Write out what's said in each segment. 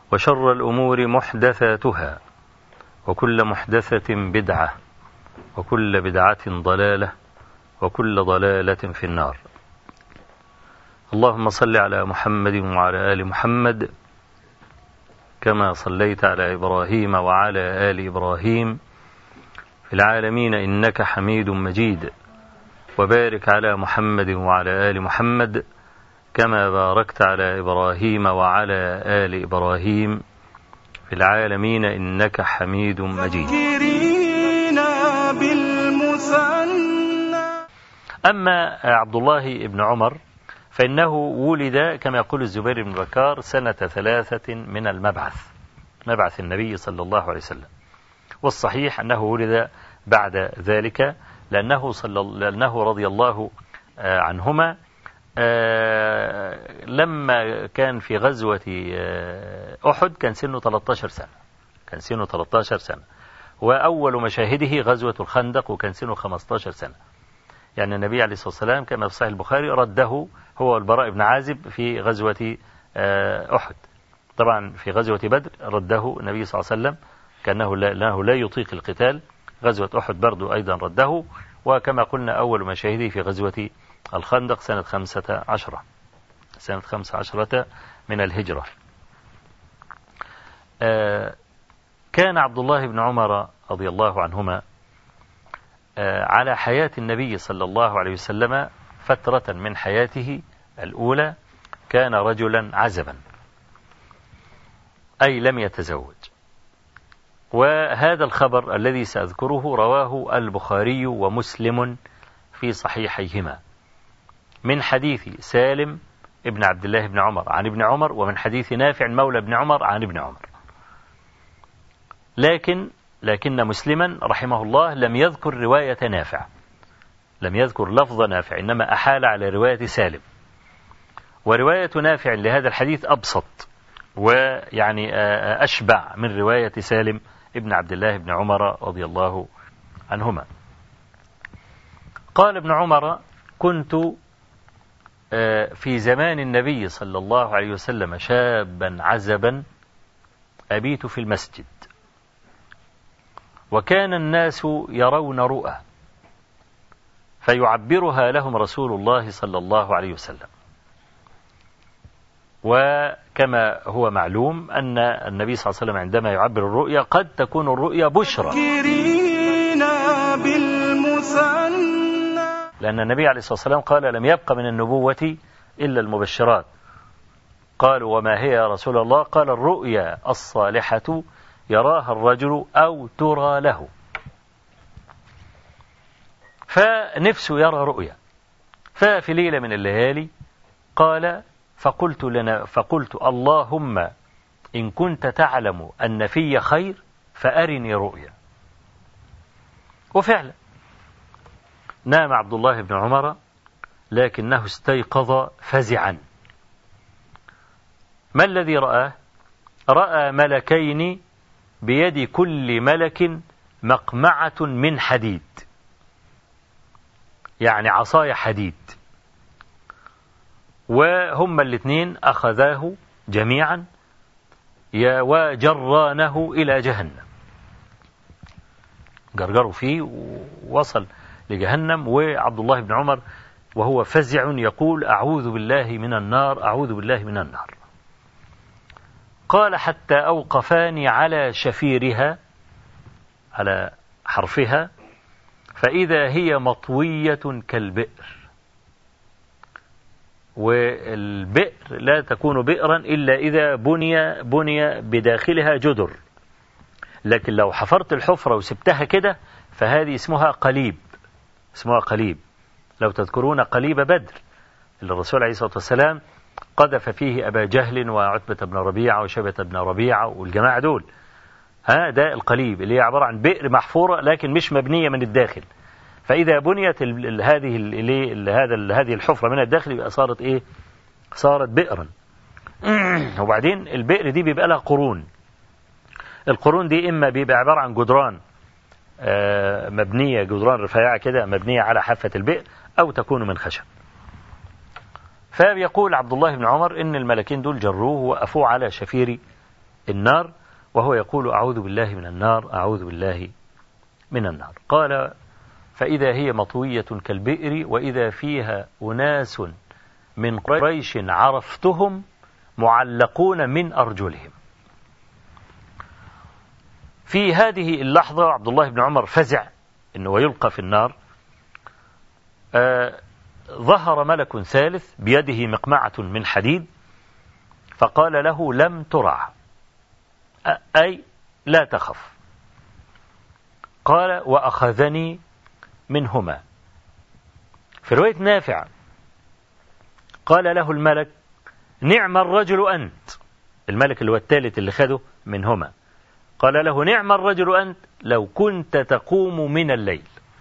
وشر الأمور محدثاتها وكل محدثة بدعة وكل بدعة ضلالة وكل ضلالة في النار. اللهم صل على محمد وعلى آل محمد كما صليت على إبراهيم وعلى آل إبراهيم في العالمين إنك حميد مجيد، وبارك على محمد وعلى آل محمد كما باركت على إبراهيم وعلى آل إبراهيم في العالمين إنك حميد مجيد. أما عبد الله بن عمر فإنه ولد كما يقول الزبير بن بكار سنة 3 من المبعث، مبعث النبي صلى الله عليه وسلم، والصحيح أنه ولد بعد ذلك لأنه رضي الله عنهما لما كان في غزوة أحد كان سنه 13 سنة، وأول مشاهده غزوة الخندق وكان سنه 15 سنة. يعني النبي عليه الصلاة والسلام كما في صحيح البخاري رده هو والبراء بن عازب في غزوة أحد. طبعا في غزوة بدر رده النبي صلى الله عليه وسلم كأنه لا يطيق القتال. غزوة أحد برضو أيضا رده، وكما قلنا أول مشاهده في غزوة الخندق سنة 15 من الهجرة. كان عبد الله بن عمر رضي الله عنهما على حياة النبي صلى الله عليه وسلم فترة من حياته الأولى كان رجلا عزبا، أي لم يتزوج. وهذا الخبر الذي سأذكره رواه البخاري ومسلم في صحيحيهما من حديث سالم ابن عبد الله بن عمر عن ابن عمر، ومن حديث نافع مولى ابن عمر عن ابن عمر. لكن مسلما رحمه الله لم يذكر رواية نافع، لم يذكر لفظ نافع، إنما أحال على رواية سالم. ورواية نافع لهذا الحديث أبسط ويعني أشبع من رواية سالم ابن عبد الله بن عمر رضي الله عنهما. قال ابن عمر: كنت في زمان النبي صلى الله عليه وسلم شابا عزبا أبيت في المسجد، وكان الناس يرون رؤى فيعبرها لهم رسول الله صلى الله عليه وسلم. وكما هو معلوم أن النبي صلى الله عليه وسلم عندما يعبر الرؤيا قد تكون الرؤيا بشرى، لأن النبي عليه الصلاة والسلام قال: لم يبق من النبوة إلا المبشرات. قالوا: وما هي يا رسول الله؟ قال: الرؤيا الصالحة يراها الرجل أو ترى له. فنفسه يرى رؤيا. ففي ليلة من الليالي قال: فقلت اللهم إن كنت تعلم أن في خير فأرني رؤيا. وفعلا نام عبد الله بن عمر، لكنه استيقظ فزعا. ما الذي رآه؟ رأى ملكين بيد كل ملك مقمعة من حديد، يعني عصايا حديد، وهما الاثنين أخذاه جميعا وجرانه إلى جهنم، جرجروا فيه ووصل لجهنم. وعبد الله بن عمر وهو فزع يقول: أعوذ بالله من النار، أعوذ بالله من النار. قال: حتى أوقفاني على شفيرها، على حرفها، فإذا هي مطوية كالبئر. والبئر لا تكون بئرا إلا إذا بني بداخلها جدر، لكن لو حفرت الحفرة وسبتها كده فهذه اسمها قليب، اسمها قليب. لو تذكرون قليب بدر اللي الرسول عليه الصلاة والسلام قذف فيه أبا جهل وعتبة بن ربيعة وشيبة بن ربيعة والجماعة دول، ده القليب اللي هي عبارة عن بئر محفورة لكن مش مبنية من الداخل. فإذا بنيت هذه الحفرة من الداخل يبقى صارت إيه؟ صارت بئرا. وبعدين البئر دي بيبقى لها قرون. القرون دي إما بيبقى عبارة عن جدران مبنية، جدران رفيعة كده مبنية على حافة البئر، أو تكون من خشب. فبيقول عبد الله بن عمر إن الملكين دول جروه وقفوه على شفير النار وهو يقول أعوذ بالله من النار، أعوذ بالله من النار. قال فإذا هي مطوية كالبئر وإذا فيها أناس من قريش عرفتهم معلقون من أرجلهم. في هذه اللحظة عبد الله بن عمر فزع إنه يلقى في النار. ظهر ملك ثالث بيده مقمعة من حديد فقال له لم ترع، أي لا تخف. قال وأخذني منهما. في رواية نافع قال له الملك نعم الرجل أنت، الملك اللي هو الثالث اللي خده منهما قال له نعم الرجل أنت لو كنت تقوم من الليل.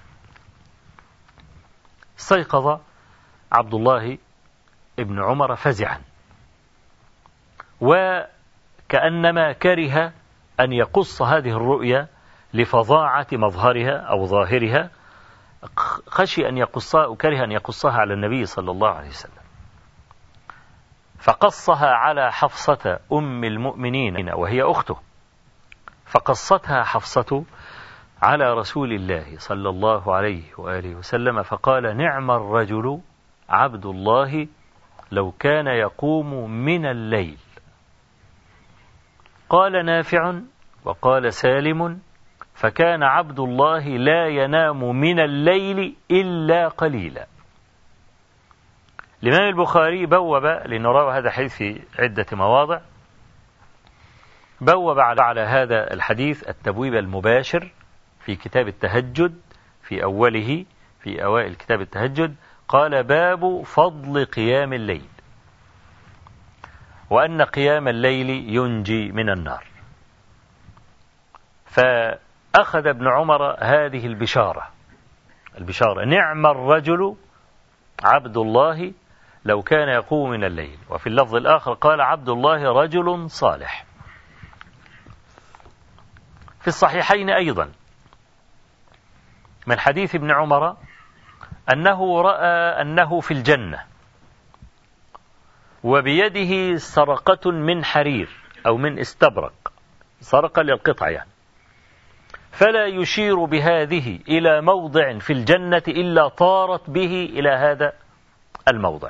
استيقظ عبد الله ابن عمر فزعا وكأنما كره أن يقص هذه الرؤيا لفظاعة مظهرها أو ظاهرها، خشي أن يقصها وكره أن يقصها على النبي صلى الله عليه وسلم، فقصها على حفصة أم المؤمنين وهي أخته، فقصتها حفصة على رسول الله صلى الله عليه وآله وسلم فقال نعم الرجل عبد الله لو كان يقوم من الليل. قال نافع وقال سالم فكان عبد الله لا ينام من الليل إلا قليلا. الإمام البخاري بوب، لأنه روى هذا الحديث في عدة مواضع، بوب على هذا الحديث التبويب المباشر في كتاب التهجد في أوله، في أوائل كتاب التهجد، قال باب فضل قيام الليل وأن قيام الليل ينجي من النار. فأخذ ابن عمر هذه البشارة نعم الرجل عبد الله لو كان يقوم من الليل. وفي اللفظ الآخر قال عبد الله رجل صالح. في الصحيحين أيضا من حديث ابن عمر أنه رأى أنه في الجنة وبيده سرقة من حرير أو من استبرق، سرقة للقطع يعني، فلا يشير بهذه إلى موضع في الجنة إلا طارت به إلى هذا الموضع.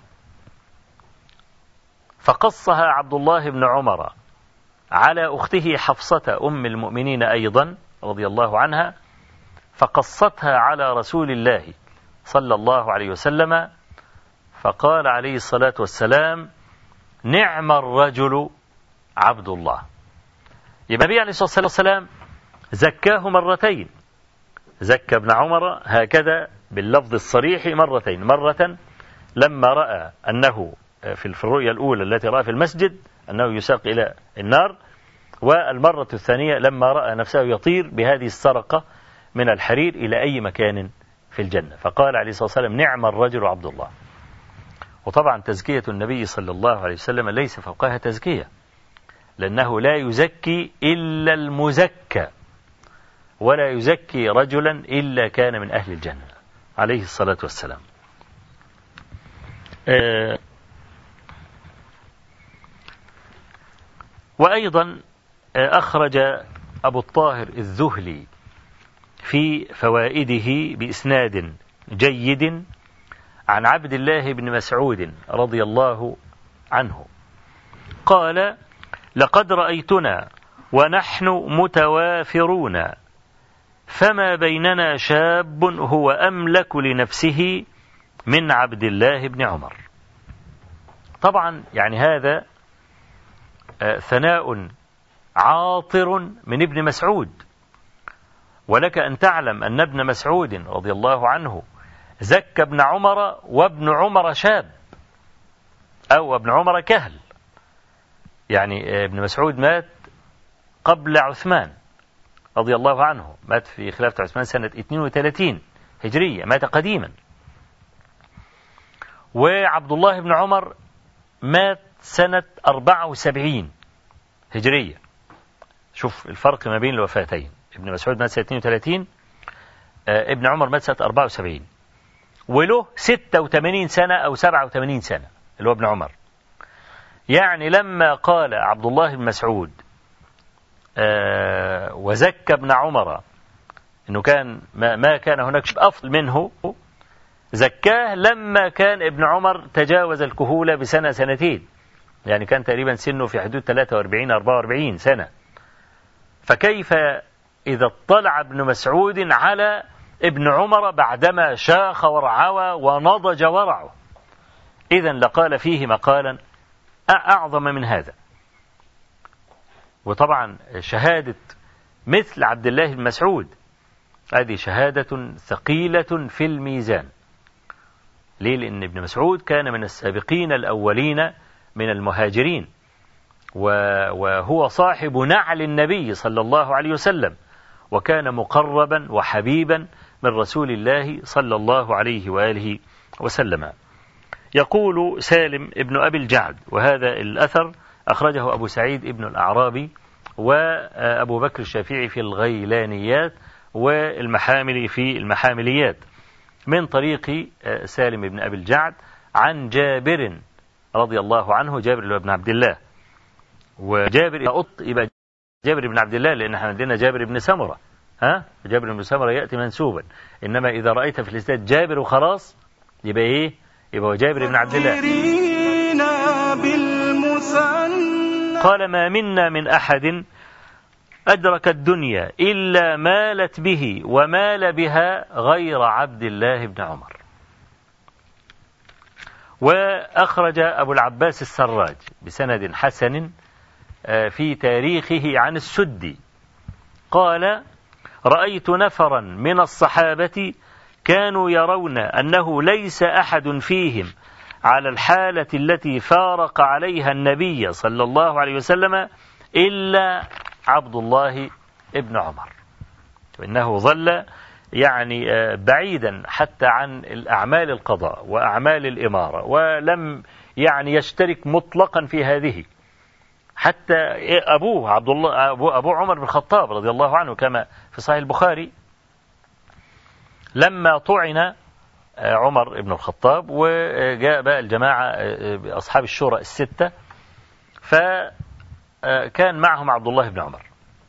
فقصها عبد الله بن عمر على أخته حفصة أم المؤمنين أيضا رضي الله عنها، فقصتها على رسول الله صلى الله عليه وسلم، فقال عليه الصلاة والسلام نعم الرجل عبد الله. يبقى النبي عليه الصلاة والسلام زكاه مرتين، زكى ابن عمر هكذا باللفظ الصريح مرتين، مرة لما رأى أنه في الرؤيا الأولى التي رأى في المسجد أنه يساق إلى النار، والمرة الثانية لما رأى نفسه يطير بهذه السرقة من الحرير إلى أي مكان في الجنة، فقال عليه الصلاة والسلام نعم الرجل عبد الله. وطبعا تزكية النبي صلى الله عليه وسلم ليس فوقها تزكية، لأنه لا يزكي إلا المزكى، ولا يزكي رجلا إلا كان من أهل الجنة عليه الصلاة والسلام. وأيضا أخرج أبو الطاهر الذهلي في فوائده بإسناد جيد عن عبد الله بن مسعود رضي الله عنه قال لقد رأيتنا ونحن متوافرون فما بيننا شاب هو أملك لنفسه من عبد الله بن عمر. طبعا يعني هذا ثناء عاطر من ابن مسعود، ولك أن تعلم أن ابن مسعود رضي الله عنه زكى ابن عمر وابن عمر شاب، أو ابن عمر كهل، يعني ابن مسعود مات قبل عثمان رضي الله عنه، مات في خلافة عثمان سنة 32 هجرية، مات قديما. وعبد الله بن عمر مات سنة 74 هجرية. شوف الفرق ما بين الوفاتين، ابن مسعود مات سنة 32، ابن عمر مات سنة 74، وله 86 سنة أو 87 سنة اللي هو ابن عمر. يعني لما قال عبد الله بن مسعود وزكى ابن عمر، أنه كان ما كان هناك أفضل منه، زكاه لما كان ابن عمر تجاوز الكهولة بسنة سنتين، يعني كان تقريبا سنه في حدود 43-44 سنة. فكيف إذا اطلع ابن مسعود على ابن عمر بعدما شاخ ورعوى ونضج ورعه؟ إذن لقال فيه مقالا أعظم من هذا. وطبعا شهادة مثل عبد الله بن مسعود هذه شهادة ثقيلة في الميزان. ليه؟ لأن ابن مسعود كان من السابقين الأولين من المهاجرين، وهو صاحب نعل النبي صلى الله عليه وسلم، وكان مقربا وحبيبا من رسول الله صلى الله عليه وآله وسلم. يقول سالم ابن أبي الجعد، وهذا الأثر أخرجه أبو سعيد ابن الأعرابي وأبو بكر الشافعي في الغيلانيات والمحامل في المحامليات، من طريق سالم بن أبي الجعد عن جابر رضي الله عنه، جابر بن عبد الله. وجابر يبقى جابر بن عبد الله، لأن احنا عندنا جابر بن سمرة، جابر بن سمرة يأتي منسوبا، إنما إذا رأيت في الإسناد جابر وخلاص يبقى إيه؟ يبقى جابر بن عبد الله. قال: ما منا من أحد أدرك الدنيا إلا مالت به ومال بها غير عبد الله بن عمر. وأخرج أبو العباس السراج بسند حسن في تاريخه عن السدي قال: رأيت نفرا من الصحابة كانوا يرون أنه ليس أحد فيهم على الحالة التي فارق عليها النبي صلى الله عليه وسلم إلا عبد الله ابن عمر، وإنه ظل يعني بعيدا حتى عن الأعمال القضاء وأعمال الإمارة، ولم يعني يشترك مطلقا في هذه. حتى أبوه عبد الله أبو عمر بن الخطاب رضي الله عنه كما في صحيح البخاري، لما طعن عمر بن الخطاب وجاء بقى الجماعة أصحاب الشورى الستة، فكان معهم عبد الله بن عمر.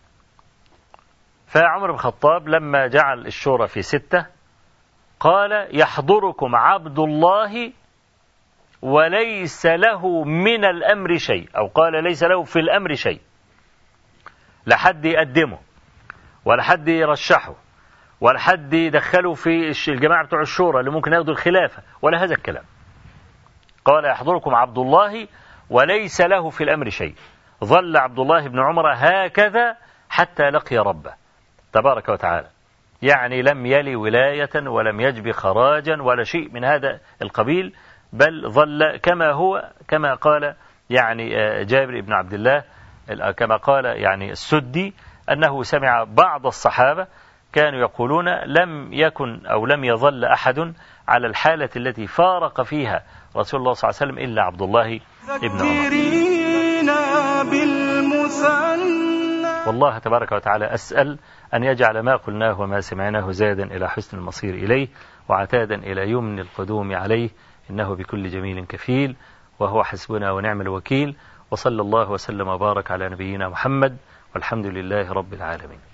فعمر بن الخطاب لما جعل الشورى في 6 قال: يحضركم عبد الله وليس له من الأمر شيء، أو قال ليس له في الأمر شيء، لا حد يقدمه ولا حد يرشحه ولا حد يدخله في الجماعة بتوع الشورى اللي ممكن ياخدوا الخلافة، ولا هذا الكلام. قال: يحضركم عبد الله وليس له في الأمر شيء. ظل عبد الله بن عمر هكذا حتى لقي ربه تبارك وتعالى، يعني لم يلي ولاية ولم يجب خراجا ولا شيء من هذا القبيل، بل ظل كما هو، كما قال يعني جابر بن عبد الله، كما قال يعني السدي، أنه سمع بعض الصحابة كانوا يقولون لم يكن أو لم يظل أحد على الحالة التي فارق فيها رسول الله صلى الله عليه وسلم إلا عبد الله بن عمر. والله تبارك وتعالى أسأل أن يجعل ما قلناه وما سمعناه زادا إلى حسن المصير إليه، وعتادا إلى يمن القدوم عليه، إنه بكل جميل كفيل، وهو حسبنا ونعم الوكيل. وصلى الله وسلم وبارك على نبينا محمد، والحمد لله رب العالمين.